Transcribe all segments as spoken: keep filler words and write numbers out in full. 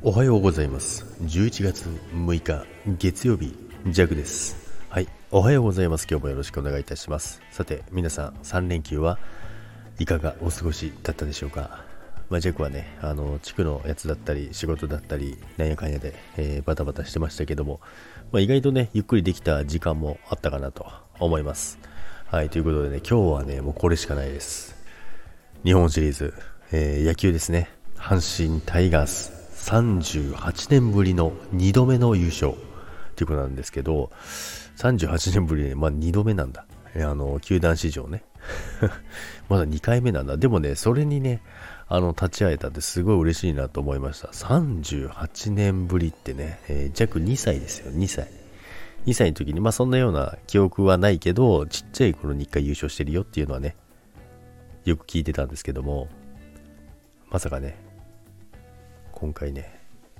おはようございます。じゅういちがつむいか月曜日、ジャグです。はい、おはようございます。今日もよろしくお願いいたします。さて皆さん、さん連休はいかがお過ごしだったでしょうか。まあ、ジャグはね、あの地区のやつだったり仕事だったりなんやかんやで、えー、バタバタしてましたけども、まあ、意外とねゆっくりできた時間もあったかなと思います。はい、ということでね、今日はねもうこれしかないです。日本シリーズ、えー、野球ですね。阪神タイガースさんじゅうはちねんぶりのにどめの優勝ということなんですけど、さんじゅうはちねんぶりで、まあ、にどめなんだ。あの球団史上ねまだにかいめなんだ。でもね、それにねあの立ち会えたってすごい嬉しいなと思いました。さんじゅうはちねんぶりってね、えー、弱にさいですよ。にさいにさいの時に、まあそんなような記憶はないけど、ちっちゃい頃にいっかい優勝してるよっていうのはねよく聞いてたんですけども、まさかね今回ね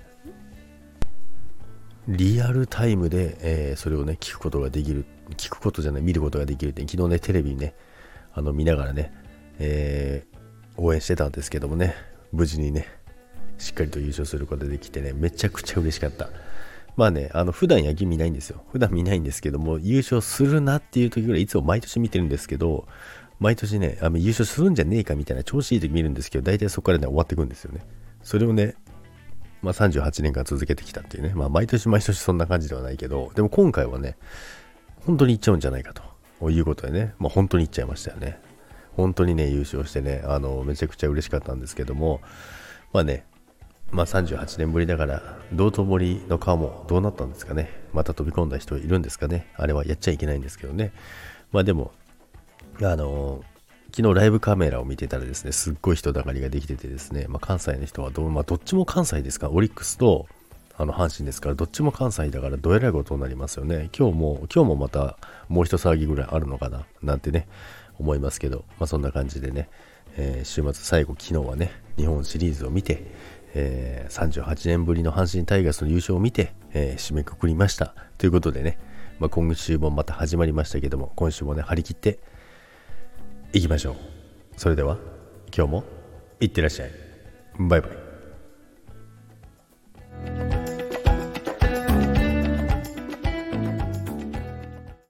リアルタイムで、えー、それをね聞くことができる、聞くことじゃない見ることができるって、昨日ねテレビねあの見ながらね、えー、応援してたんですけどもね、無事にねしっかりと優勝することができてね、めちゃくちゃ嬉しかった。まあね、あの普段野球見ないんですよ。普段見ないんですけども、優勝するなっていう時ぐらいいつも毎年見てるんですけど、毎年ねあの優勝するんじゃねえかみたいな調子いい時見るんですけど、大体そこからね終わっていくんですよね。それをねまあ、さんじゅうはちねんかん続けてきたっていうね、まあ、毎年毎年そんな感じではないけど、でも今回はね本当にいっちゃうんじゃないかということでね、まあ、本当にいっちゃいましたよね。本当にね優勝してね、あのめちゃくちゃ嬉しかったんですけども、まあね、まあ、さんじゅうはちねんぶりだから道頓堀の川もどうなったんですかね。また飛び込んだ人いるんですかね。あれはやっちゃいけないんですけどね。まあでもあの昨日ライブカメラを見てたらですね、すっごい人だかりができててですね、まあ、関西の人はどう、まあ、どっちも関西ですから、オリックスとあの阪神ですから、どっちも関西だからどえらいことになりますよね。今日も今日もまたもう一騒ぎぐらいあるのかななんてね思いますけど、まあ、そんな感じでね、えー、週末最後昨日はね日本シリーズを見て、えー、さんじゅうはちねんぶりの阪神タイガースの優勝を見て、えー、締めくくりましたということでね、まあ、今週もまた始まりましたけども、今週もね張り切っていきましょう。それでは今日もいってらっしゃい。バイバイ。